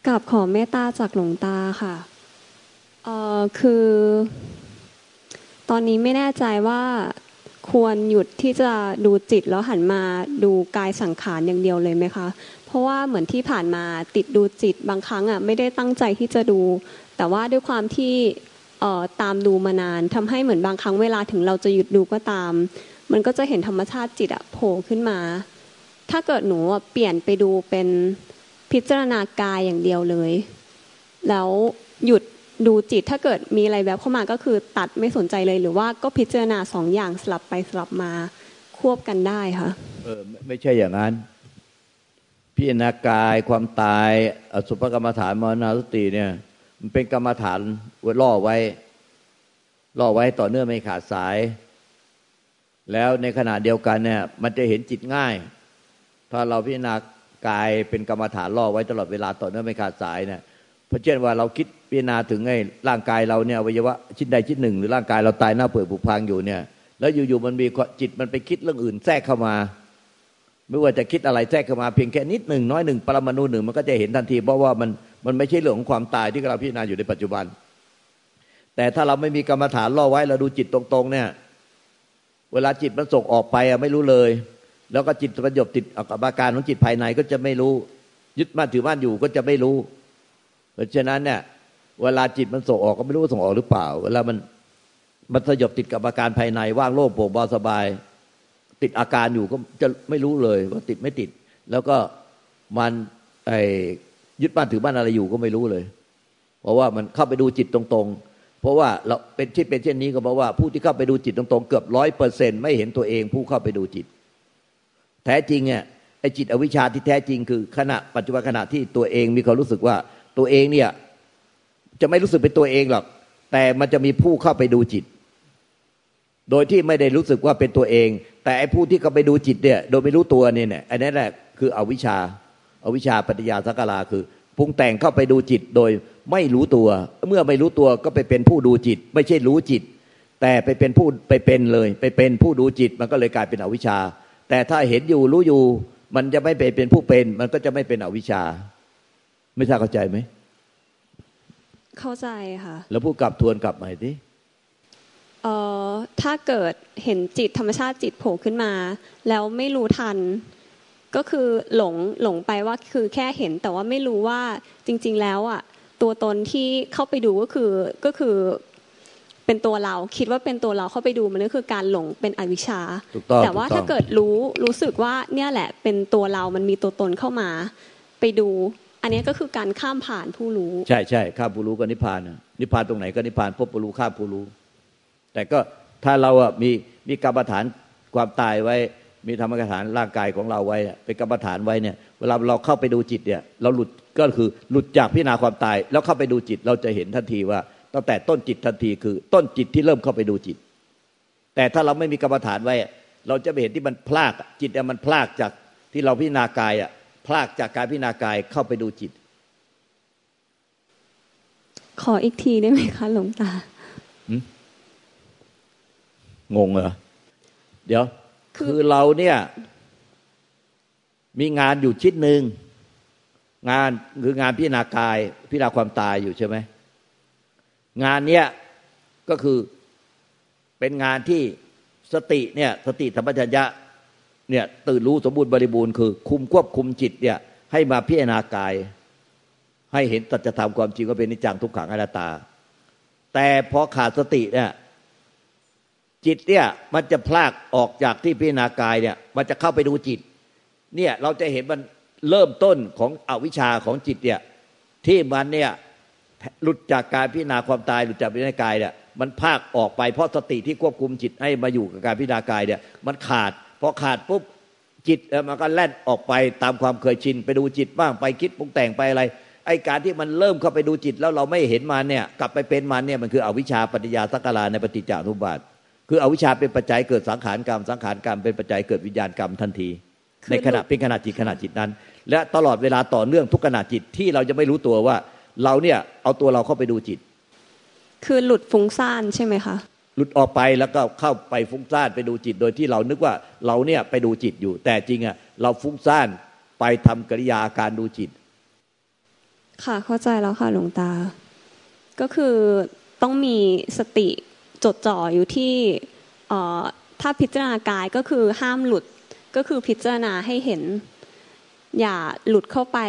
กับขอเมตตาจากหลวงตาค่ะคือตอนนี้ไม่แน่ใจว่าควรหยุดที่จะดูจิตแล้วหันมาดูกายสังขารอย่างเดียวเลยไหมคะเพราะว่าเหมือนที่ผ่านมาติดดูจิตบางครั้งอ่ะไม่ได้ตั้งใจที่จะดูแต่ว่าด้วยความที่ตามดูมานานทำให้เหมือนบางครั้งเวลาถึงเราจะหยุดดูก็ตามมันก็จะเห็นธรรมชาติจิตอ่ะโผล่ขึ้นมาถ้าเกิดหนูเปลี่ยนไปดูเป็นพิจารณากายอย่างเดียวเลยแล้วหยุดดูจิตถ้าเกิดมีอะไรแบบเข้ามาก็คือตัดไม่สนใจเลยหรือว่าก็พิจารณาสองอย่างสลับไปสลับมาควบกันได้ค่ะไม่ใช่อย่างนั้นพิจารณากายความตายอสุภกรรมฐานมรณสติเนี่ยมันเป็นกรรมฐานล่อไว้ต่อเนื่องไม่ขาดสายแล้วในขณะเดียวกันเนี่ยมันจะเห็นจิตง่ายถ้าเราพิจารณากายเป็นกรรมฐานล่อไว้ตลอดเวลาต่อเนื่องไม่ขาดสายเนี่ยเพราะเช่นว่าเราคิดพิจารณาถึงไอ้ร่างกายเราเนี่ยอวัยวะชิ้นใดชิ้นหนึ่งหรือร่างกายเราตายเน่าเปื่อยผุพังอยู่เนี่ยแล้วอยู่ๆมันมีจิตมันไปคิดเรื่องอื่นแทรกเข้ามาไม่ว่าจะคิดอะไรแทรกเข้ามาเพียงแค่นิดหนึ่งน้อยหนึ่งปรมาณูหนึ่งมันก็จะเห็นทันทีเพราะว่ามันไม่ใช่เรื่องของความตายที่เราพิจารณาอยู่ในปัจจุบันแต่ถ้าเราไม่มีกรรมฐานล่อไว้เราดูจิตตรงๆเนี่ยเวลาจิตมันส่งออกไปไม่รู้เลยแล้วก็จิตประยบติดกับอาการของจิตภายในก็จะไม่รู้ยึดมั่นถือมั่นอยู่ก็จะไม่รู้เพราะฉะนั้นเนี่ยเวลาจิตมันส่งออกก็ไม่รู้ว่าส่งออกหรือเปล่าเวลามันสยบติดกับอาการภายในว่างโล่งโปร่งเบาสบายติดอาการอยู่ก็จะไม่รู้เลยว่าติดไม่ติดแล้วก็มันยึดมั่นถือมั่นอะไรอยู่ก็ไม่รู้เลยเพราะว่ามันเข้าไปดูจิตตรงๆเพราะว่าเราเป็นเช่นนี้ก็เพราะว่าผู้ที่เข้าไปดูจิตตรงๆเกือบ 100% ไม่เห็นตัวเองผู้เข้าไปดูจิตแท้จริงเนี่ยไอ้จิตอวิชชาที่แท้จริงคือขณะปัจจุบันขณะที่ตัวเองมีความรู้สึกว่าตัวเองเนี่ยจะไม่รู้สึกเป็นตัวเองหรอกแต่มันจะมีผู้เข้าไปดูจิตโดยที่ไม่ได้รู้สึกว่าเป็นตัวเองแต่ไอ้ผู้ที่เข้าไปดูจิตเนี่ยโดยไม่รู้ตัวเนี่ยอันนั้นแหละคืออวิชชาปัจจยาสังขาราคือปรุงแต่งเข้าไปดูจิตโดยไม่รู้ตัวเมื่อไม่รู้ตัวก็ไปเป็นผู้ดูจิตไม่ใช่รู้จิตแต่ไปเป็นผู้ไปเป็นเลยไปเป็นผู้ดูจิตมันก็เลยกลายเป็นอวิชชาแต่ถ้าเห็นอยู่รู้อยู่มันจะไม่เป็นผู้เป็นมันก็จะไม่เป็นอวิชชาไม่ทราบเข้าใจไหมเข้าใจค่ะแล้วพูดกลับทวนกลับใหม่สิถ้าเกิดเห็นจิตธรรมชาติจิตโผล่ขึ้นมาแล้วไม่รู้ทันก็คือหลงไปว่าคือแค่เห็นแต่ว่าไม่รู้ว่าจริงๆแล้วอ่ะตัวตนที่เข้าไปดูก็คือเป็นตัวเราคิดว่าเป็นตัวเราเข้าไปดูมันก็คือการหลงเป็นอวิชชาแต่ว่าถ้าเกิดรู้สึกว่าเนี่ยแหละเป็นตัวเรามันมีตัวตนเข้ามาไปดูอันนี้ก็คือการข้ามผ่านผู้รู้ใช่ข้ามผู้รู้ก็นิพพานนิพพานตรงไหนก็นิพพานพบผู้รู้ข้ามผู้รู้แต่ก็ถ้าเรามีกรรมฐานความตายไว้มีธรรมกฐานร่างกายของเราไว้เป็นกรรมฐานไว้เนี่ยเวลาเราเข้าไปดูจิตเนี่ยเราหลุดก็คือหลุดจากพิจารณาความตายแล้วเข้าไปดูจิตเราจะเห็นทันทีว่าตั้งแต่ต้นจิตทันทีคือต้นจิตที่เริ่มเข้าไปดูจิตแต่ถ้าเราไม่มีกรรมฐานไว้เราจะไปเห็นที่มันพลากจิตมันพลากจากที่เราพิจารณากายพลากจากการพิจารณากายเข้าไปดูจิตขออีกทีได้ไหมคะหลวงตางงเหรอเดี๋ยวคือเราเนี่ยมีงานอยู่ชิ้นหนึ่งงานคืองานพิจารณากายพิจารณาความตายอยู่ใช่ไหมงานเนี้ยก็คือเป็นงานที่สติเนี่ยสติสัมปชัญญะเนี่ยตื่นรู้สมบูรณ์บริบูรณ์คือควบคุมจิตเนี่ยให้มาพิจารณากายให้เห็นสัจธรรมความจริงว่าเป็นนิจจังทุกขังอนัตตาแต่พอขาดสติเนี่ยจิตเนี่ยมันจะพลากออกจากที่พิจารณากายเนี่ยมันจะเข้าไปดูจิตเนี่ยเราจะเห็นมันเริ่มต้นของอวิชชาของจิตเนี่ยที่มันเนี่ยหลุดจากการพิจารณาความตายหลุดจากพิจารณากายเนี่ยมันพากออกไปเพราะสติที่ควบคุมจิตให้มาอยู่กับการพิจารณากายเนี่ยมันขาดพอขาดปุ๊บจิตมันก็แล่นออกไปตามความเคยชินไปดูจิตบ้างไปคิดปรุงแต่งไปอะไรไอ้การที่มันเริ่มเข้าไปดูจิตแล้วเราไม่เห็นมันเนี่ยกลับไปเป็นมันเนี่ยมันคืออวิชชาปัจจยาสังขาราในปฏิจจสมุปบาทคืออวิชชาเป็นปัจจัยเกิดสังขารกรรมสังขารกรรมเป็นปัจจัยเกิดวิญญาณกรรมทันทีในขณะเป็นขณะจิตนั้นและตลอดเวลาต่อเนื่องทุกขณะจิตที่เราจะไม่รู้ตัวว่าเราเนี่ยเอาตัวเราเข้าไปดูจิตคือหลุดฟุ้งซ่านใช่ไหมคะหลุดออกไปแล้วก็เข้าไปฟุ้งซ่านไปดูจิตโดยที่เรานึกว่าเราเนี่ยไปดูจิตอยู่แต่จริงเราฟุ้งซ่านไปทำกิริยาการดูจิตค่ะเข้าใจแล้วค่ะหลวงตาก็คือต้องมีสติจดจ่ออยู่ที่ถ้าพิจารณากายก็คือห้ามหลุดก็คือพิจารณาให้เห็นอย่าหลุดเข้าไป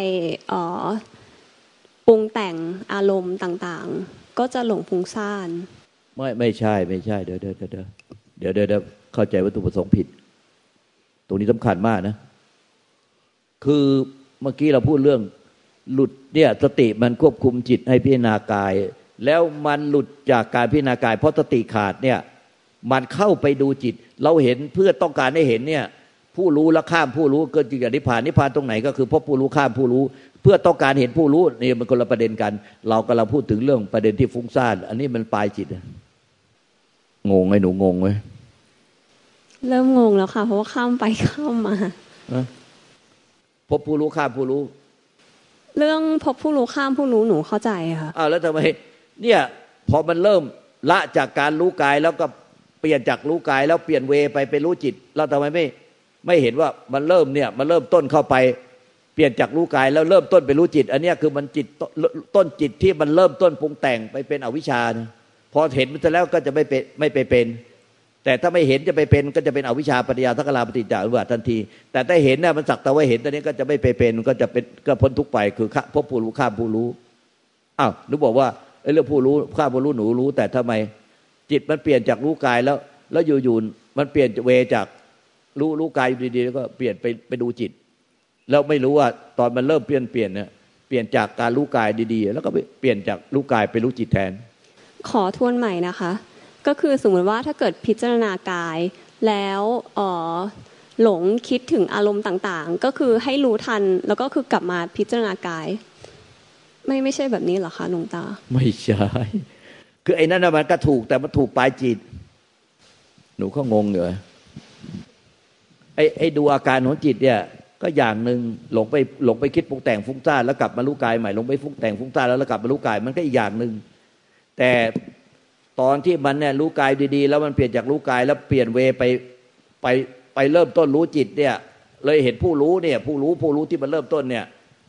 ปรุงแต่งอารมณ์ต่างๆก็จะหลงฟุ้งซ่านไม่ใช่เดี๋ยวเข้าใจวัตถุประสงค์ผิดตรงนี้สำคัญมากนะคือเมื่อกี้เราพูดเรื่องหลุดเนี่ยสติมันควบคุมจิตให้พิจารณากายแล้วมันหลุดจากการพิจารณากายเพราะสติขาดเนี่ยมันเข้าไปดูจิตเราเห็นเพื่อต้องการให้เห็นเนี่ยผู้รู้และข้ามผู้รู้เกิดจากนิพพานตรงไหนก็คือพบผู้รู้ข้ามผู้รู้เพื่อต้องการเห็นผู้รู้นี่มันคนละประเด็นกันเรากำลังพูดถึงเรื่องประเด็นที่ฟุ้งซ่านอันนี้มันปลายจิตงงไหมหนูงงไหมเริ่มงงแล้วค่ะเพราะว่าข้ามไปข้ามมาพบผู้รู้ข้ามผู้รู้เรื่องพบผู้รู้ข้ามผู้รู้หนูเข้าใจค่ะแล้วทำไมเนี่ยพอมันเริ่มละจากการรู้กายแล้วก็เปลี่ยนจากรู้กายแล้วเปลี่ยนเวไปเป็นรู้จิตแล้วทำไมไม่เห็นว่ามันเริ่มเนี่ยมันเริ่มต้นเข้าไปเปลี่ยนจากรู้กายแล้วเริ่มต้นเป็นรู้จิตอันนี้คือมันจิตต้นจิตที่มันเริ่มต้นปรุงแต่งไปเป็นอวิชชานะพอเห็นมันแล้วก็จะไม่ไปเป็นแต่ถ้าไม่เห็นจะไปเป็นก็จะเป็นอวิชชาปัญญาทักขลาปฏิจจารุบาททันทีแต่ถ้าเห็นน่ะมันสักแต่ว่าเห็นตอนนี้ก็จะไม่ไปเป็นก็จะเป็นก็พ้นทุกข์ไปคือพบผู้รู้ข้ามผู้รู้หนูบอกว่าเรื่องผู้รู้ข้ามผู้รู้หนูรู้แต่ทำไมจิตมันเปลี่ยนจากรู้กายแล้วอยู่ๆมันเปลี่ยนเวจากรู้กายอยู่ดีๆแล้วก็เปลี่ยนไปดูจิตแล้วไม่รู้ว่าตอนมันเริ่มเปลี่ยนเนี่ยเปลี่ยนจากการรู้กายดีๆแล้วก็เปลี่ยนจากรู้กายไปรู้จิตแทนขอทวนใหม่นะคะก็คือสมมติว่าถ้าเกิดพิจารณากายแล้วหลงคิดถึงอารมณ์ต่างๆก็คือให้รู้ทันแล้วก็คือกลับมาพิจารณากายไม่ใช่แบบนี้เหรอคะหลวงตาไม่ใช่คือไอ้นั่นมันก็ถูกแต่มันถูกปลายจิตหนูก็งงเลยไอ้ดูอาการของจิตเนี่ยก็อย่างนึงหลงไปคิดปรุงแต่งฟุ้งซ่านแล้วกลับมารู้กายใหม่หลงไปฟุ้งแต่งฟุ้งซ่านแล้วกลับมารู้กายมันก็อีกอย่างนึงแต่ตอนที่มันเนี่ยรู้กายดีๆแล้วมันเปลี่ยนจากรู้กายแล้วเปลี่ยนเวไปเริ่มต้นรู้จิตเนี่ยเลยเห็นผู้รู้เนี่ยผู้รู้ที่มันเริ่มต้นเนี่ย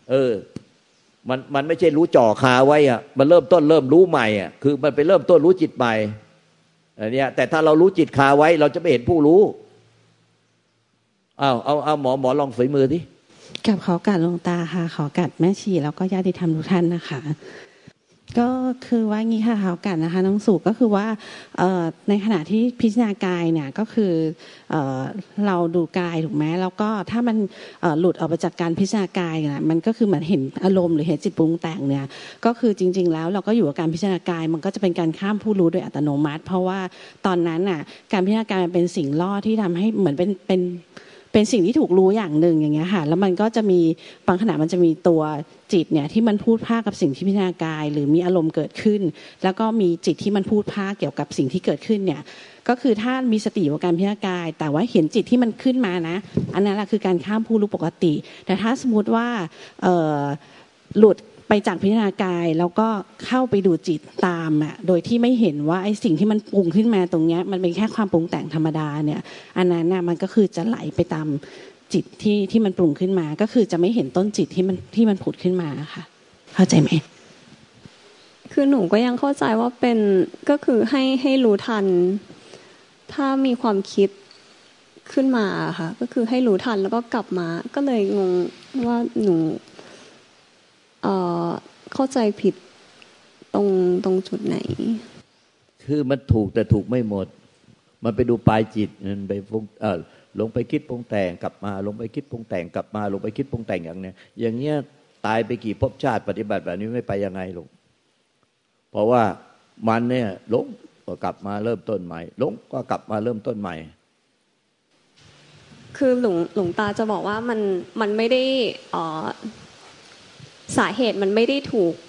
มันไม่ใช่รู้จ่อคาไว้อะมันเริ่มต้นเริ่มรู้ใหม่อะคือมันไปเริ่มต้นรู้จิตใหม่อันเนี้ยแต่ถ้าเรารู้จิตคาไว้เราจะไม่เห็นผู้รู้เอาหมอลองฝีมือที่กับขอกัดหลวงตาค่ะขอกัดแม่ชีแล้วก็ญาติธรรมทุกท่านนะคะก็คือว่างี้ค่ะขอกัดนะคะน้องสุก็คือว่าในขณะที่พิจารณากายเนี่ยก็คือเราดูกายถูกไหมแล้วก็ถ้ามันหลุดออกไปจากการพิจารณากายเนี่ยมันก็คือเหมือนเห็นอารมณ์หรือเห็นจิตปรุงแต่งเนี่ยก็คือจริงๆแล้วเราก็อยู่กับการพิจารณากายมันก็จะเป็นการข้ามผู้รู้โดยอัตโนมัติเพราะว่าตอนนั้นน่ะการพิจารณากายมันเป็นสิ่งล่อที่ทำให้เหมือนเป็นสิ่งที่ถูกรู้อย่างหนึ่งอย่างเงี้ยค่ะแล้วมันก็จะมีบางขณะมันจะมีตัวจิตเนี่ยที่มันพูดพากกับสิ่งที่พิจารณากายหรือมีอารมณ์เกิดขึ้นแล้วก็มีจิตที่มันพูดพากเกี่ยวกับสิ่งที่เกิดขึ้นเนี่ยก็คือถ้ามีสติกับการพิจารณากายแต่ว่าเห็นจิตที่มันขึ้นมานะอันนั้นแหละคือการข้ามผู้รู้ปกติแต่ถ้าสมมติว่าหลุดไปจากพิจารณากายแล้วก็เข้าไปดูจิตตามโดยที่ไม่เห็นว่าไอ้สิ่งที่มันปรุงขึ้นมาตรงเนี้ยมันเป็นแค่ความปรุงแต่งธรรมดาเนี่ยอันนั้นน่ะมันก็คือจะไหลไปตามจิตที่มันปรุงขึ้นมาก็คือจะไม่เห็นต้นจิตที่มันผุดขึ้นมาค่ะเข้าใจไหมคือหนูก็ยังเข้าใจว่าเป็นก็คือให้รู้ทันถ้ามีความคิดขึ้นมาค่ะก็คือให้รู้ทันแล้วก็กลับมาก็เลยงงว่าหนูเข้าใจผิดตรงจุดไหนคือมันถูกแต่ถูกไม่หมดมันไปดูปลายจิตมันไปลงไปคิดปรุงแต่งกลับมาลงไปคิดปรุงแต่งกลับมาลงไปคิดปรุงแต่งอย่างเนี้ยอย่างเงี้ยตายไปกี่ภพชาติปฏิบัติแบบนี้ไม่ไปยังไงหรอกเพราะว่ามันเนี่ยหลงก็กลับมาเริ่มต้นใหม่หลงก็กลับมาเริ่มต้นใหม่คือหลวงตาจะบอกว่ามันไม่ได้สาเหตุมันไม่ได้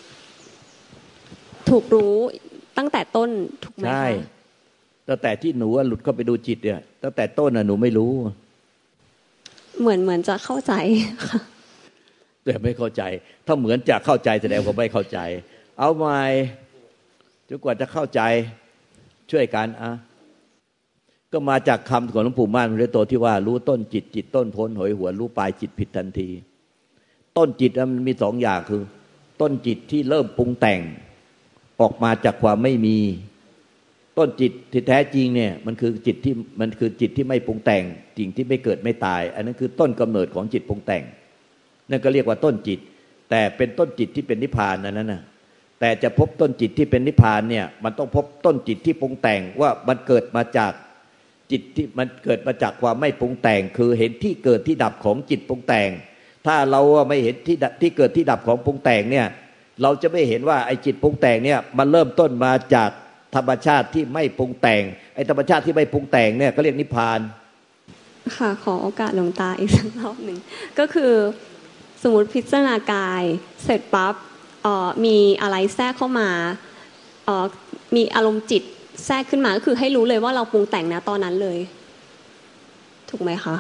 ถูกรู้ตั้งแต่ต้นถูกไหมคะใช่ตั้งแต่ที่หนูหลุดเข้าไปดูจิตเนี่ยตั้งแต่ต้นหนูไม่รู้เหมือนจะเข้าใจค่ะแต่ไม่เข้าใจถ้าเหมือนจะเข้าใจแสดงว่าไม่เข้าใจเอาใหม่จนกว่าจะเข้าใจช่วยกันก็มาจากคำของหลวงปู่ม่านพระโตที่ว่ารู้ต้นจิตจิตต้นพ้นหอยหัวนรู้ปลายจิตผิดทันทีต้นจิตมันมีสองอย่างคือต้นจิตที่เริ่มปรุงแต่งออกมาจากความไม่มีต้นจิตที่แท้จริงเนี่ยมันคือจิตที่ไม่ปรุงแต่งสิ่งที่ไม่เกิดไม่ตายอันนั้นคือต้นกำเนิดของจิตปรุงแต่งนั่นก็เรียกว่าต้นจิตแต่เป็นต้นจิตที่เป็นนิพพานนั้นนะแต่จะพบต้นจิตที่เป็นนิพพานเนี่ยมันต้องพบต้นจิตที่ปรุงแต่งว่ามันเกิดมาจากจิตที่มันเกิดมาจากความไม่ปรุงแต่งคือเห็นที่เกิดที่ดับของจิตปรุงแต่งถ้าเราไม่เห็นที่เกิดที่ดับของปรุงแต่งเนี่ยเราจะไม่เห็นว่าไอ้จิตปรุงแต่งเนี่ยมันเริ่มต้นมาจากธรรมชาติที่ไม่ปรุงแต่งไอ้ธรรมชาติที่ไม่ปรุงแต่งเนี่ยก็เรียกนิพพานค่ะขอโอกาสหลวงตาอีกสักรอบหนึ่งก็คือสมมติพิจารณากายเสร็จปั๊บมีอะไรแทรกเข้ามามีอารมณ์จิตแทรกขึ้นมาก็คือให้รู้เลยว่าเราปรุงแต่งนะตอนนั้นเลยถูกไหมคะ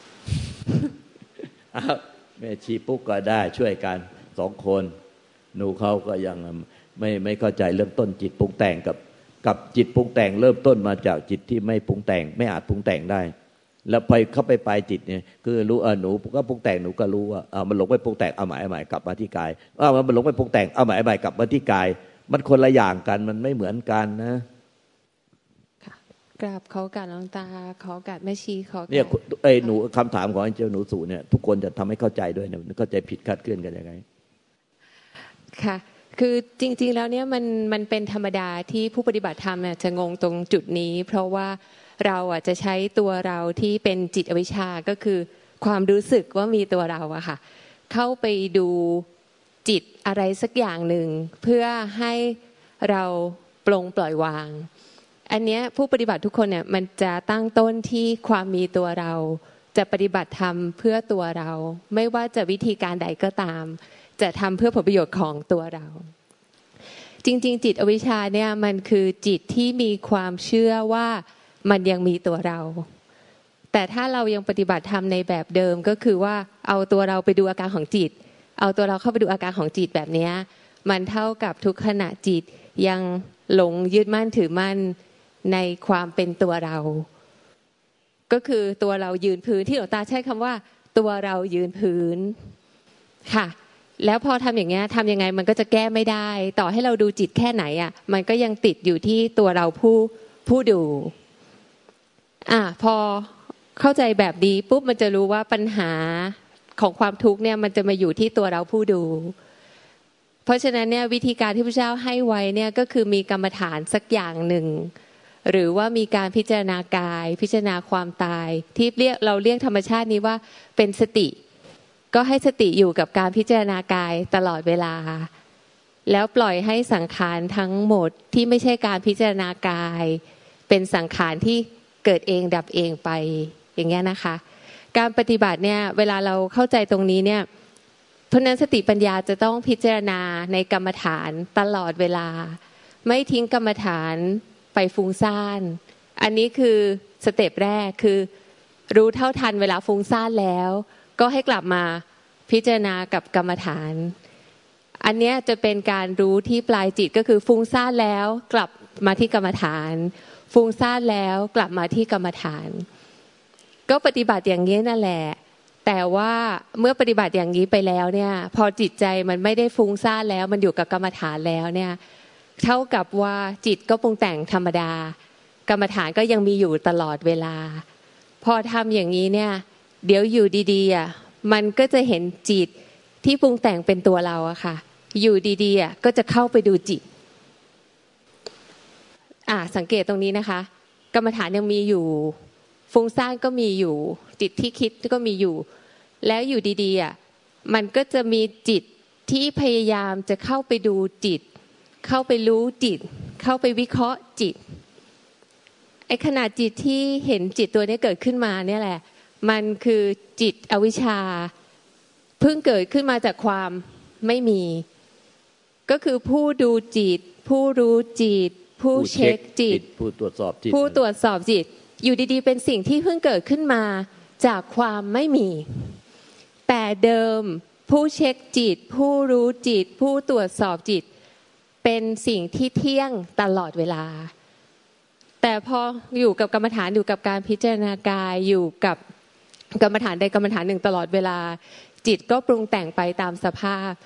แม่ชีปุ๊กก็ได้ช่วยกัน2 คนหนูเขาก็ยังไม่เข้าใจเรื่องต้นจิตปรุงแต่งกับจิตปรุงแต่งเริ่มต้นมาจากจิตที่ไม่ปรุงแต่งไม่อาจปรุงแต่งได้แล้วเข้าไปปลายจิตเนี่ยคือรู้หนูก็ปรุงแต่งหนูก็รู้ว่ามันหลงไปปรุงแต่งเอาใหม่กลับมาที่กายมันหลงไปปรุงแต่งเอาใหม่กลับมาที่กายมันคนละอย่างกันมันไม่เหมือนกันนะค่ะกราบขอโอกาสหลวงตาขอโอกาสแม่ชีขอเนี่ยหนูคำถามของเจ้าหนูสู่เนี่ยทุกคนจะทำให้เข้าใจด้วยเนี่ยเข้าใจผิดคลาดเคลื่อนกันยังไงค่ะคือจริงๆแล้วเนี่ยมันเป็นธรรมดาที่ผู้ปฏิบัติธรรมเนี่ยจะงงตรงจุดนี้เพราะว่าเราจะใช้ตัวเราที่เป็นจิตอวิชชาก็คือความรู้สึกว่ามีตัวเราอะค่ะเข้าไปดูจิตอะไรสักอย่างหนึ่งเพื่อให้เราปลงปล่อยวางอันเนี้ยผู้ปฏิบัติทุกคนเนี่ยมันจะตั้งต้นที่ความมีตัวเราจะปฏิบัติธรรมเพื่อตัวเราไม่ว่าจะวิธีการใดก็ตามจะทำเพื่อผลประโยชน์ของตัวเราจริงๆจิตอวิชชาเนี่ยมันคือจิตที่มีความเชื่อว่ามันยังมีตัวเราแต่ถ้าเรายังปฏิบัติธรรมในแบบเดิมก็คือว่าเอาตัวเราไปดูอาการของจิตเอาตัวเราเข้าไปดูอาการของจิตแบบนี้มันเท่ากับทุกขณะจิตยังหลงยึดมั่นถือมั่นในความเป็นตัวเราก็คือตัวเรายืนพื้นที่หลวงตาใช้คำว่าตัวเรายืนพื้นค่ะแล้วพอทำอย่างเงี้ยทำยังไงมันก็จะแก้ไม่ได้ต่อให้เราดูจิตแค่ไหนอ่ะมันก็ยังติดอยู่ที่ตัวเราผู้ดูพอเข้าใจแบบนี้ปุ๊บมันจะรู้ว่าปัญหาของความทุกข์เนี่ยมันจะมาอยู่ที่ตัวเราผู้ดูเพราะฉะนั้นเนี่ยวิธีการที่พระเจ้าให้ไว้เนี่ยก็คือมีกรรมฐานสักอย่างหนึ่งหรือว่ามีการพิจารณากายพิจารณาความตายที่เราเรียกธรรมชาตินี้ว่าเป็นสติก็ให้สติอยู่กับการพิจารณากายตลอดเวลาแล้วปล่อยให้สังขารทั้งหมดที่ไม่ใช่การพิจารณากายเป็นสังขารที่เกิดเองดับเองไปอย่างเงี้ยนะคะการปฏิบัติเนี่ยเวลาเราเข้าใจตรงนี้เนี่ยเพราะนั้นสติปัญญาจะต้องพิจารณาในกรรมฐานตลอดเวลาไม่ทิ้งกรรมฐานไปฟุ้งซ่านอันนี้คือสเต็ปแรกคือรู้เท่าทันเวลาฟุ้งซ่านแล้วก็ให้กลับมาพิจารณากับกรรมฐานอันนี้จะเป็นการรู้ที่ปลายจิตก็คือฟุ้งซ่านแล้วกลับมาที่กรรมฐานฟุ้งซ่านแล้วกลับมาที่กรรมฐานก็ปฏิบัติอย่างนี้นั่นแหละแต่ว่าเมื่อปฏิบัติอย่างนี้ไปแล้วเนี่ยพอจิตใจมันไม่ได้ฟุ้งซ่านแล้วมันอยู่กับกรรมฐานแล้วเนี่ยเท่ากับว่าจิตก็ปรุงแต่งธรรมดากรรมฐานก็ยังมีอยู่ตลอดเวลาพอทำอย่างนี้เนี่ยเดี๋ยวอยู่ดีๆมันก็จะเห็นจิตที่ปรุงแต่งเป็นตัวเราอะค่ะอยู่ดีๆก็จะเข้าไปดูจิตสังเกตตรงนี้นะคะกรรมฐานยังมีอยู่ฟุ้งซ่านก็มีอยู่จิตที่คิดก็มีอยู่แล้วอยู่ดีๆมันก็จะมีจิตที่พยายามจะเข้าไปดูจิตเข้าไปรู้จิตเข้าไปวิเคราะห์จิตไอ้ขณะจิตที่เห็นจิตตัวนี้เกิดขึ้นมาเนี่ยแหละมันคือจิตอวิชชาเพิ่งเกิดขึ้นมาจากความไม่มีก็คือผู้ดูจิตผู้รู้จิตผู้เช็คจิตผู้ตรวจสอบจิตอยู่ดีๆเป็นสิ่งที่เพิ่งเกิดขึ้นมาจากความไม่มีแต่เดิมผู้เช็คจิตผู้รู้จิตผู้ตรวจสอบจิตเป็นสิ่งที่เที่ยงตลอดเวลาแต่พออยู่กับกรรมฐานอยู่กับการพิจารณากายอยู่กับกรรมฐานใดกรรมฐานหนึ่งตลอดเวลาจิตก็ปรุงแต่งไปตามสภาพ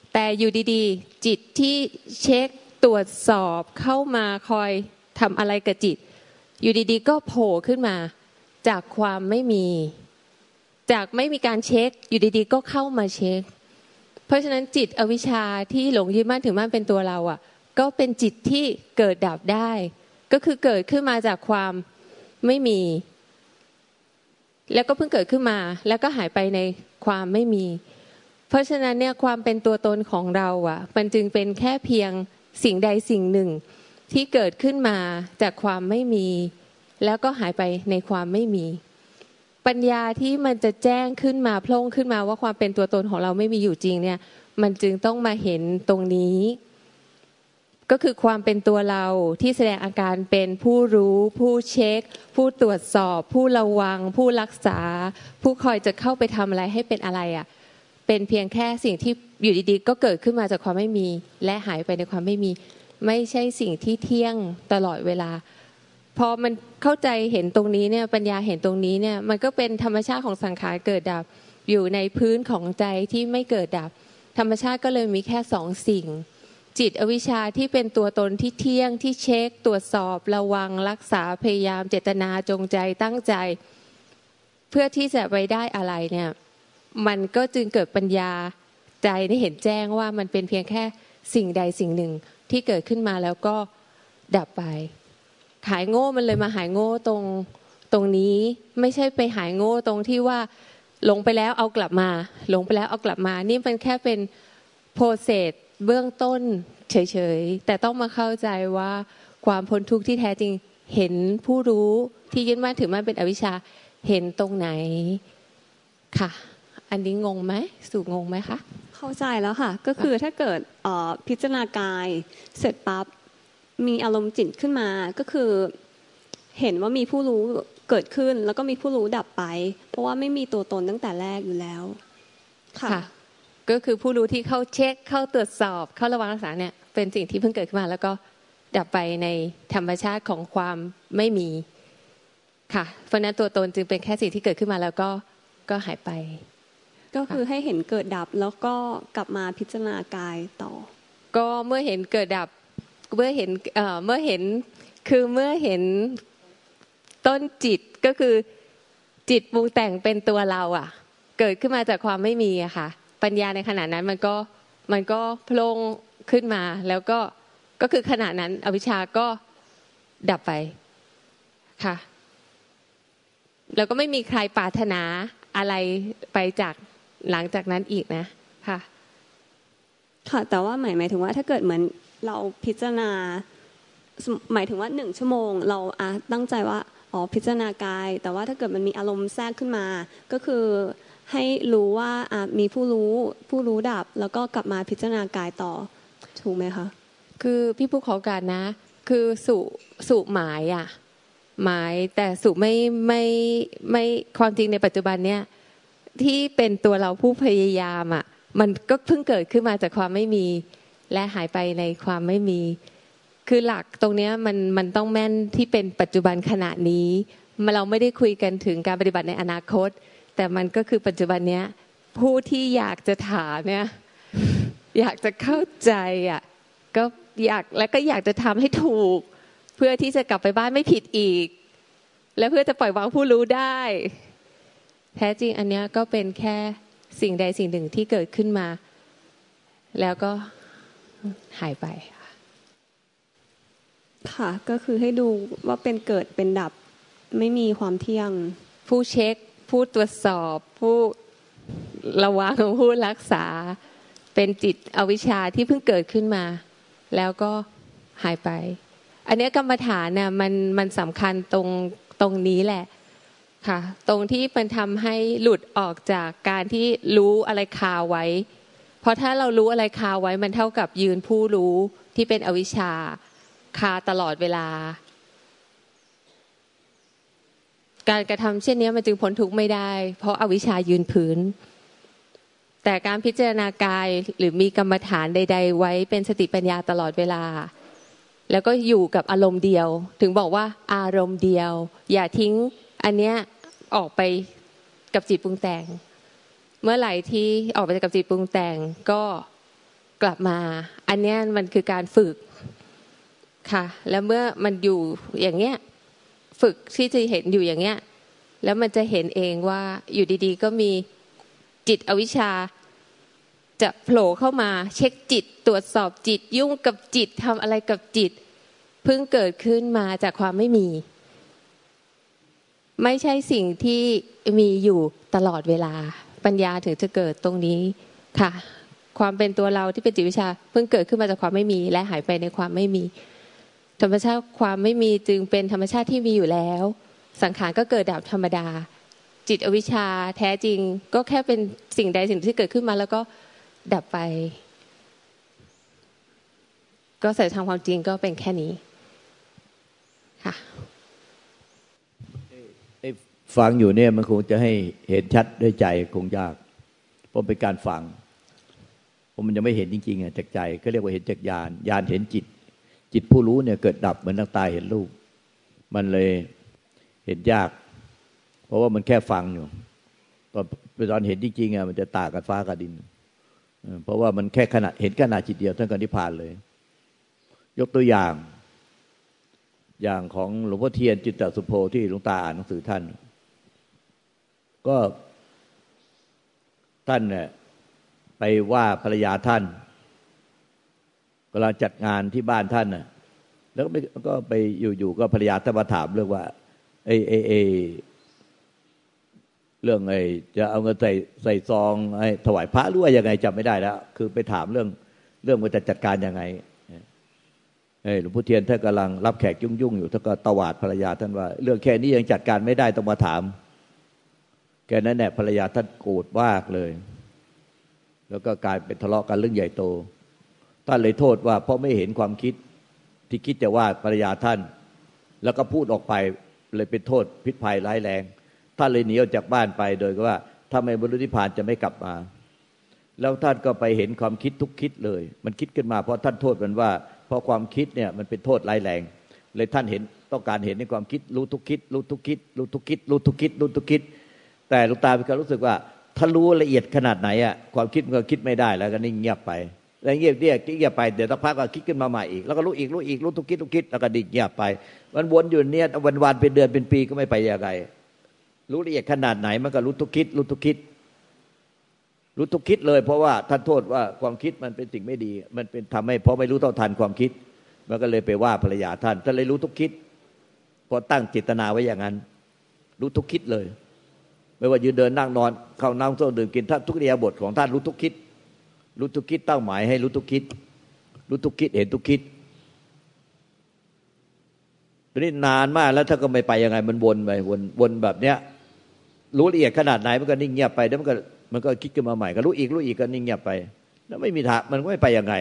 แต่อยู่ดีๆจิตที่เช็คตรวจสอบเข้ามาคอยทำอะไรกับจิตอยู่ดีๆก็โผล่ขึ้นมาจากความไม่มีจากไม่มีการเช็คอยู่ดีๆก็เข้ามาเช็คเพราะฉะนั้นจิตอวิชชาที่หลงยึดมั่นถือมั่นเป็นตัวเราอ่ะก็เป็นจิตที่เกิดดับได้ก็คือเกิดขึ้นมาจากความไม่มีแล้วก็เพิ่งเกิดขึ้นมาแล้วก็หายไปในความไม่มีเพราะฉะนั้นเนี่ยความเป็นตัวตนของเราอ่ะมันจึงเป็นแค่เพียงสิ่งใดสิ่งหนึ่งที่เกิดขึ้นมาจากความไม่มีแล้วก็หายไปในความไม่มีปัญญาที่มันจะแจ้งขึ้นมาโผล่ขึ้นมาว่าความเป็นตัวตนของเราไม่มีอยู่จริงเนี่ยมันจึงต้องมาเห็นตรงนี้ก็คือความเป็นตัวเราที่แสดงอาการเป็นผู้รู้ผู้เช็คผู้ตรวจสอบผู้ระวังผู้รักษาผู้คอยจะเข้าไปทำอะไรให้เป็นอะไรอ่ะเป็นเพียงแค่สิ่งที่อยู่ดีๆก็เกิดขึ้นมาจากความไม่มีและหายไปในความไม่มีไม่ใช่สิ่งที่เที่ยงตลอดเวลาพอมันเข้าใจเห็นตรงนี้เนี่ยปัญญาเห็นตรงนี้เนี่ยมันก็เป็นธรรมชาติของสังขารเกิดดับอยู่ในพื้นของใจที่ไม่เกิดดับธรรมชาติก็เลยมีแค่สองสิ่งจิตอวิชชาที่เป็นตัวตนที่เที่ยงที่เช็คตรวจสอบระวังรักษาพยายามเจตนาจงใจตั้งใจเพื่อที่จะไปได้อะไรเนี่ยมันก็จึงเกิดปัญญาใจได้เห็นแจ้งว่ามันเป็นเพียงแค่สิ่งใดสิ่งหนึ่งที่เกิดขึ้นมาแล้วก็ดับไปหายโง่มันเลยมาหายโง่ตรงนี้ไม่ใช่ไปหายโง่ตรงที่ว่าหลงไปแล้วเอากลับมาหลงไปแล้วเอากลับมานี่มันแค่เป็นโปรเซสเบื้องต้นเฉยๆแต่ต้องมาเข้าใจว่าความพ้นทุกข์ที่แท้จริงเห็นผู้รู้ที่ยึดมั่นถือมั่นเป็นอวิชชาเห็นตรงไหนค่ะอันนี้งงไหมสู่งงไหมคะเข้าใจแล้วค่ะก็คือถ้าเกิดพิจารณากายเสร็จปั๊บมีอารมณ์จิตขึ้นมาก็คือเห็นว่ามีผู้รู้เกิดขึ้นแล้วก็มีผู้รู้ดับไปเพราะว่าไม่มีตัวตนตั้งแต่แรกอยู่แล้วค่ะก็คือผู้รู้ที่เข้าเช็คเข้าตรวจสอบเข้าระวังรักษาเนี่ยเป็นสิ่งที่เพิ่งเกิดขึ้นมาแล้วก็ดับไปในธรรมชาติของความไม่มีค่ะเพราะนั้นตัวตนจึงเป็นแค่สิ่งที่เกิดขึ้นมาแล้วก็หายไปก็คือให้เห็นเกิดดับแล้วก็กลับมาพิจารณากายต่อก็เมื่อเห็นเกิดดับเมื่อเห็นต้นจิตก็คือจิตปรุงแต่งเป็นตัวเราอ่ะเกิดขึ้นมาจากความไม่มีอะค่ะปัญญาในขณะนั้นมันก็โผล่ขึ้นมาแล้วก็คือขณะนั้นอวิชชาก็ดับไปค่ะแล้วก็ไม่มีใครปรารถนาอะไรไปจากหลังจากนั้นอีกนะค่ะค่ะแต่ว่าหมายถึงว่าถ้าเกิดเหมือนเราพิจารณาหมายถึงว่า1ชั่วโมงเราตั้งใจว่าพิจารณากายแต่ว่าถ้าเกิดมันมีอารมณ์แทรกขึ้นมาก็คือให้รู้ว่ามีผู้รู้ดับแล้วก็กลับมาพิจารณากายต่อถูกไหมคะคือพี่ผู้ขอการนะคือสุหมายหมายแต่สุไม่ความจริงในปัจจุบันเนี้ยที่เป็นตัวเราผู้พยายามมันก็เพิ่งเกิดขึ้นมาจากความไม่มีและหายไปในความไม่มีคือหลักตรงนี้มันต้องแม่นที่เป็นปัจจุบันขณะนี้เราไม่ได้คุยกันถึงการปฏิบัติในอนาคตแต่มันก็คือปัจจุบันเนี้ยผู้ที่อยากจะถามเนี่ยอยากจะเข้าใจก็อยากและก็อยากจะทำให้ถูกเพื่อที่จะกลับไปบ้านไม่ผิดอีกและเพื่อจะปล่อยวางผู้รู้ได้แท้จริงอันเนี้ยก็เป็นแค่สิ่งใดสิ่งหนึ่งที่เกิดขึ้นมาแล้วก็หายไปค่ะก็คือให้ดูว่าเป็นเกิดเป็นดับไม่มีความเที่ยงผู้เช็คผู้ตรวจสอบผู้ระวังผู้รักษาเป็นจิตอวิชชาที่เพิ่งเกิดขึ้นมาแล้วก็หายไปอันนี้กรรมฐานเนี่ยมันสำคัญตรงนี้แหละค่ะตรงที่มันทำให้หลุดออกจากการที่รู้อะไรคาไว้เพราะถ้าเรารู้อะไรคาไว้มันเท่ากับยืนผู้รู้ที่เป็นอวิชชาคาตลอดเวลาการกระทำเช่นนี้มันจึงพ้นทุกข์ไม่ได้เพราะอวิชชายืนพื้นแต่การพิจารณากายหรือมีกรรมฐานใดๆไว้เป็นสติปัญญาตลอดเวลาแล้วก็อยู่กับอารมณ์เดียวถึงบอกว่าอารมณ์เดียวอย่าทิ้งอันเนี้ยออกไปกับจิตปรุงแต่งเมื่อไหร่ที่ออกไปกับจิตปรุงแต่งก็กลับมาอันนี้มันคือการฝึกค่ะแล้วเมื่อมันอยู่อย่างเงี้ยฝึกที่จะเห็นอยู่อย่างเงี้ยแล้วมันจะเห็นเองว่าอยู่ดีๆก็มีจิตอวิชชาจะโผล่เข้ามาเช็คจิตตรวจสอบจิตยุ่งกับจิตทำอะไรกับจิตเพิ่งเกิดขึ้นมาจากความไม่มีไม่ใช่สิ่งที่มีอยู่ตลอดเวลาปัญญาถึงจะเกิดตรงนี้ค่ะความเป็นตัวเราที่เป็นจิตวิชาเพิ่งเกิดขึ้นมาจากความไม่มีและหายไปในความไม่มีธรรมชาติความไม่มีจึงเป็นธรรมชาติที่มีอยู่แล้วสังขารก็เกิดดับธรรมดาจิตอวิชชาแท้จริงก็แค่เป็นสิ่งใดสิ่งที่เกิดขึ้นมาแล้วก็ดับไปก็สัจธรรมความจริงก็เป็นแค่นี้ค่ะฟังอยู่เนี่ยมันคงจะให้เห็นชัดด้วยใจคงยากเพราะเป็นการฟังเพราะมันยังไม่เห็นจริงๆจากใจก็เรียกว่าเห็นจากญาณญาณเห็นจิตจิตผู้รู้เนี่ยเกิดดับเหมือนตาเห็นรูปมันเลยเห็นยากเพราะว่ามันแค่ฟังอยู่ตอนเห็นจริงๆมันจะต่างกันฟ้ากับดินเพราะว่ามันแค่ขณะเห็นขณะจิตเดียวท่านก็นิพพานเลยยกตัวอย่างของหลวงพ่อเทียนจิตตสุโภที่หลวงตาอ่านหนังสือท่านก็ท่านเนี่ยไปว่าภรรยาท่านกำลังจัดงานที่บ้านท่านน่ะแล้วก็ไปอยู่ๆก็ภรรยาท่านมาถามเรื่องว่าเรื่องจะเอาเงินใส่ซองถวายพระหรือว่ายังไงจำไม่ได้แล้วคือไปถามเรื่องว่าจะจัดการยังไงหลวงพ่อเทียนท่านกำลังรับแขกยุ่งอยู่ท่านก็ตวาดภรรยาท่านว่าเรื่องแค่นี้ยังจัดการไม่ได้ต้องมาถามแค่นั้นแหละภรรยาท่านโกรธมากเลยแล้วก็กลายเป็นทะเลาะกันเรื่องใหญ่โตท่านเลยโทษว่าเพราะไม่เห็นความคิดที่คิดจะว่าภรรยาท่านแล้วก็พูดออกไปเลยเป็นโทษพิษภัยร้ายแรงท่านเลยหนีออกจากบ้านไปโดยว่าถ้าไม่บรรลุนิพพานจะไม่กลับมาแล้วท่านก็ไปเห็นความคิดทุกคิดเลยมันคิดขึ้นมาเพราะท่านโทษมันว่าเพราะความคิดเนี่ยมันเป็นโทษร้ายแรงเลยท่านเห็นต้องการเห็นในความคิดรู้ทุกคิดรู้ทุกคิดรู้ทุกคิดรู้ทุกคิดรู้ทุกคิดแต่หลวงตาเป็นการรู้สึกว่าถ้ารู้ละเอียดขนาดไหนอ่ะความคิดมันก็คิดไม่ได้แล้วก็นิ่งเงียบไปแล้วเงียบไปเดี๋ยวสักพักก็คิดขึ้นมาใหม่อีกแล้วก็รู้อีกรู้ทุกคิดแล้วก็ดิ่งเงียบไปมันวนอยู่เนี่ยวันเป็นเดือนเป็นปีก็ไม่ไปยังไงรู้ละเอียดขนาดไหนมันก็รู้ทุกคิดรู้ทุกคิดรู้ทุกคิดเลยเพราะว่าท่านโทษว่าความคิดมันเป็นสิ่งไม่ดีมันเป็นทำให้เพราะไม่รู้เท่าทันความคิดมันก็เลยไปว่าภรรยาท่านเลยรู้ทุกคิดพอตั้งจิตนาไว้อย่างนั้นรู้ทุกคิดเลยไม่ว่ายืนเดินนั่งนอนเข้านั่งโต๊ะดื่มกินท่านทุกอิริยาบถของท่านรู้ทุกคิดรู้ทุกคิดตั้งหมายให้รู้ทุกคิดรู้ทุกคิดเห็นทุกคิดตอนนี้นานมากแล้วถ้าก็ไม่ไปยังไงมันวนไปวนแบบเนี้ยรู้ละเอียดขนาดไหนมันก็นิ่งเงียบไปแล้วมันก็คิดขึ้นมาใหม่ก็รู้อีกก็นิ่งเงียบไปแล้วไม่มีทางมันก็ไม่ไปยังไง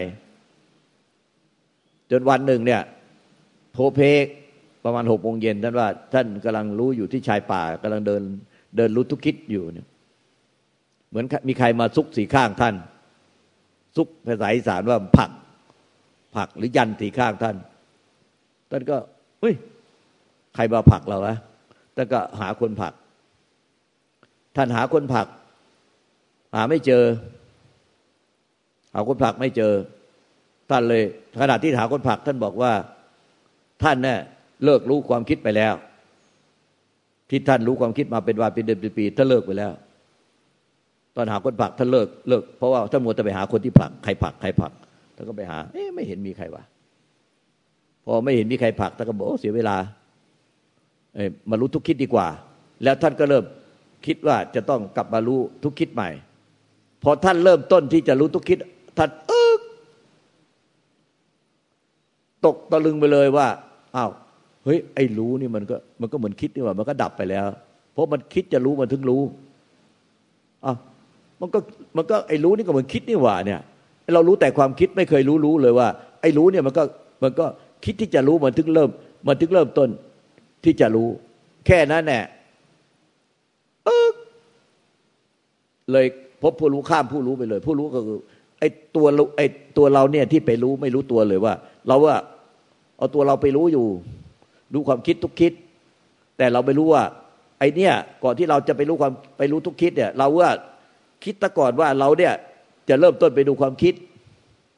จนวันหนึ่งเนี่ยโพเพประมาณ 6:00 นท่านว่าท่านกำลังรู้อยู่ที่ชายป่ากำลังเดินรู้ทุกคิดอยู่เนี่ยเหมือนมีใครมาซุกสีข้างท่านซุกภาษาอีสานว่าผักหรือยันสีข้างท่านก็เฮ้ยใครมาผลักเราวะท่านก็หาคนผลักท่านหาคนผลักหาไม่เจอหาคนผลักไม่เจอท่านเลยขณะที่หาคนผลักท่านบอกว่าท่านเนี่ยเลิกรู้ความคิดไปแล้วที่ท่านรู้ความคิดมาเป็นวันเป็นเดือนเป็นปีท่านเลิกไปแล้วตอนหาคนผลักท่านเลิกเพราะว่าท่านมัวแต่ไปหาคนที่ผลักใครผลักท่านก็ไปหาไม่เห็นมีใครวะพอไม่เห็นมีใครผลักท่านก็บอกเสียเวลามารู้ทุกคิดดีกว่าแล้วท่านก็เริ่มคิดว่าจะต้องกลับมารู้ทุกคิดใหม่พอท่านเริ่มต้นที่จะรู้ทุกคิดท่านตกตะลึงไปเลยว่าอ้าวเฮ้ยไอ้รู้นี่มันก็เหมือนคิดนี่ว่ามันก็ดับไปแล้วเพราะมันคิดจะรู้มันถึงรู้อ้าวมันก็ไอ้รู้นี่ก็เหมือนคิดนี่ว่าเนี่ยเรารู้แต่ความคิดไม่เคยรู้เลยว่าไอ้รู้เนี่ยมันก็คิดที่จะรู้มันถึงเริ่มต้นที่จะรู้แค่นั้นแหละเลยพบผู้รู้ข้ามผู้รู้ไปเลยผู้รู้ก็คือไอ้ตัวเราเนี่ยที่ไปรู้ไม่รู้ตัวเลยว่าเราว่าเอาตัวเราไปรู้อยู่รู้ความคิดทุกคิดแต่เราไม่รู้ว่าไอ้เนี่ยก่อนที่เราจะไปรู้ทุกคิดเนี่ยเราว่าคิดซะก่อนว่าเราเนี่ยจะเริ่มต้นไปดูความคิด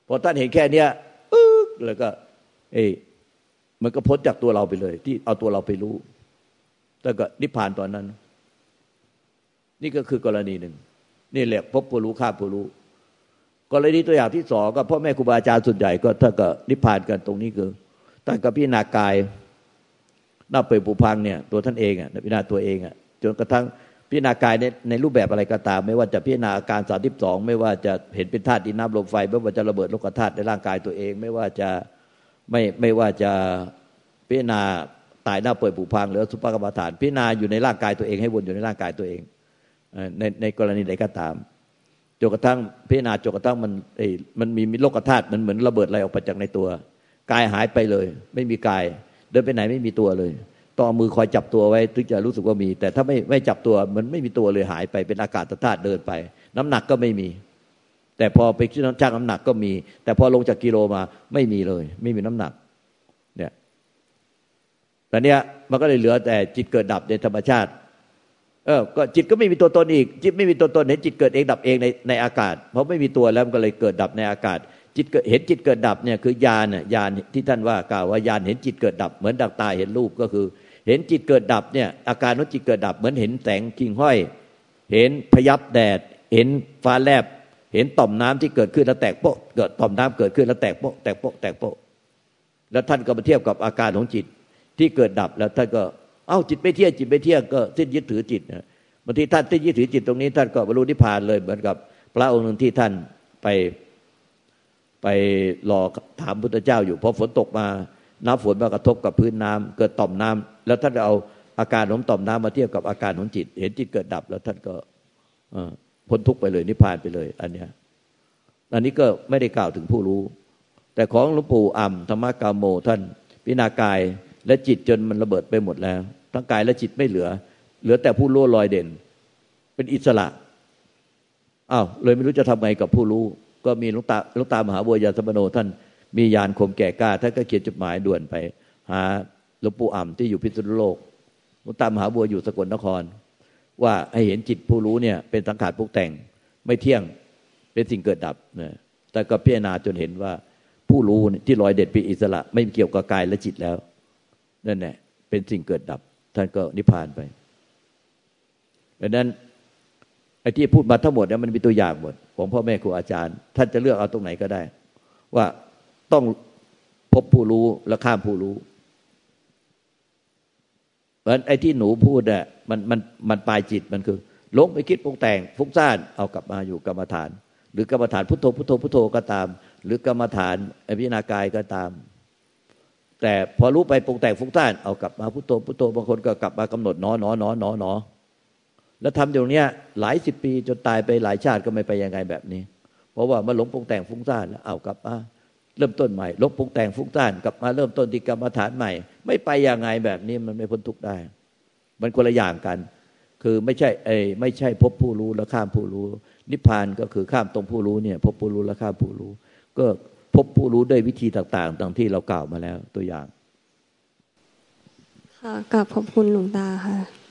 พอท่านเห็นแค่เนี้ยแล้วก็มันก็พ้นจากตัวเราไปเลยที่เอาตัวเราไปรู้แล้วก็นิพพานตอนนั้นนี่ก็คือกรณีหนึ่งนี่แหละพบผู้รู้ข้ามผู้รู้กรณีตัวอย่างที่สองก็พ่อแม่ครูบาอาจารย์ส่วนใหญ่ก็ท่านก็นิพพานกันตรงนี้คือท่านก็พิจารณากายหน้าเปื่อยผุพังเนี่ยตัวท่านเองพิจารณาตัวเองจนกระทั่งพิจารณากายในรูปแบบอะไรก็ตามไม่ว่าจะพิจารณาอาการ32ไม่ว่าจะเห็นเป็นธาตุดินน้ำลมไฟไม่ว่าจะระเบิดโลกธาตุในร่างกายตัวเองไม่ว่าจะไม่ว่าจะพิจารณาตายหน้าเปื่อยผุพังหรือสุภกรรมฐานพิจารณาอยู่ในร่างกายตัวเองให้วนอยู่ในร่างกายตัวเองในกรณีใดก็ตามจนกระทั่งพิจารณาจนกระทั่งมันมีโลกธาตุมันเหมือนระเบิดอะไรออกไปจากในตัวกายหายไปเลยไม่มีกายเดินไปไหนไม่มีตัวเลยต้องเอามือคอยจับตัวไว้ถึงจะรู้สึกว่ามีแต่ถ้าไม่จับตัวมันไม่มีตัวเลยหายไปเป็นอากาศธาตุเดินไปน้ำหนักก็ไม่มีแต่พอไปชั่งน้ำหนักก็มีแต่พอลงจากกิโลมาไม่มีเลยไม่มีน้ำหนักเนี่ยแต่เนี้ยมันก็เลยเหลือแต่จิตเกิดดับในธรรมชาติก็จิตก็ไม่มีตัวตนอีกจิตไม่มีตัวตนเห็นจิตเกิดเองดับเองในอากาศเพราะไม่มีตัวแล้วมันก็เลยเกิดดับในอากาศจิตเห็นจิตเกิดดับเนี่ยคือญาณที่ท่านว่ากล่าวว่าญาณเห็นจิตเกิดดับเหมือนดักตาเห็นรูปก็คือเห็นจิตเกิดดับเนี่ยอาการของจิตเกิดดับเหมือนเห็นแสงกิ่งห้อยเห็นพยับแดดเห็นฟ้าแลบเห็นต่อมน้ำที่เกิดขึ้นแล้วแตกโป๊ะเกิดต่อมน้ำเกิดขึ้นแล้วแตกโป๊ะแตกโป๊ะแตกโป๊ะแล้วท่านก็มาเทียบกับอาการของจิตที่เกิดดับแล้วท่านก็จิตไม่เที่ยงจิตไม่เที่ยงก็สิ้นยึดถือจิตบางทีท่านสิ้นยึดถือจิตตรงนี้ท่านก็บรรลุนิพพานเลยเหมือนกับพระองค์หนึ่งที่ท่านไปรอถามพุทธเจ้าอยู่พอฝนตกมาน้ำฝนมากระทบกับพื้นน้ำเกิดต่อมน้ำแล้วท่านเอาอาการของต่อมน้ำมาเทียบกับอาการของจิตเห็นจิตเกิดดับแล้วท่านก็พ้นทุกข์ไปเลยนิพพานไปเลยอันนี้ก็ไม่ได้กล่าวถึงผู้รู้แต่ของหลวงปู่อ่ำธรรมกามโมท่านพิจารณากายและจิตจนมันระเบิดไปหมดแล้วทั้งกายและจิตไม่เหลือแต่ผู้รู้ลอยเด่นเป็นอิสระเลยไม่รู้จะทำไงกับผู้รู้ก็มีหลวงตามหาบัวยานสัมปันโนท่านมีญาณคมแก่กล้าท่านก็เขียนจดหมายด่วนไปหาหลวงปู่อ่ำที่อยู่พิษณุโลกหลวงตามหาบัวอยู่สกลนครว่าให้เห็นจิตผู้รู้เนี่ยเป็นสังขารปรุงแต่งไม่เที่ยงเป็นสิ่งเกิดดับนะแต่ก็พิจารณาจนเห็นว่าผู้รู้ที่ลอยเด่นเป็นอิสระไม่เกี่ยวกับกายและจิตแล้วนั่นแหละเป็นสิ่งเกิดดับท่านก็นิพพานไปดังนั้นไอ้ที่พูดมาทั้งหมดเนี่ยมันมีตัวอย่างหมดของพ่อแม่ครูอาจารย์ท่านจะเลือกเอาตรงไหนก็ได้ว่าต้องพบผู้รู้และข้ามผู้รู้เพราะไอ้ที่หนูพูดอ่ะมันปลายจิตมันคือหลงไปคิดปรุงแต่งฟุ้งซ่านเอากลับมาอยู่กรรมฐานหรือกรรมฐานพุทโธพุทโธพุทโธก็ตามหรือกรรมฐานพิจารณากายก็ตามแต่พอรู้ไปปรุงแต่งฟุ้งซ่านเอากลับมาพุทโธพุทโธบางคนก็กลับมากำหนดหนอแล้วทำอย่างนี้หลายสิบปีจนตายไปหลายชาติก็ไม่ไปยังไงแบบนี้เพราะว่ามันหลงปรุงแต่งฟุ้งซ่านแล้วเอากลับมาเริ่มต้นใหม่ลบปรุงแต่งฟุ้งซ่านกลับมาเริ่มต้นที่กรรมฐานใหม่ไม่ไปยังไงแบบนี้มันไม่พ้นทุกข์ได้มันคนละอย่างกันคือไม่ใช่พบผู้รู้แล้วข้ามผู้รู้นิพพานก็คือข้ามตรงผู้รู้เนี่ยพบผู้รู้แล้วข้ามผู้รู้ก็พบผู้รู้ด้วยวิธีต่างๆดังที่เรากล่าวมาแล้วตัวอย่างค่ะกราบขอบคุณหลวงตาค่ะ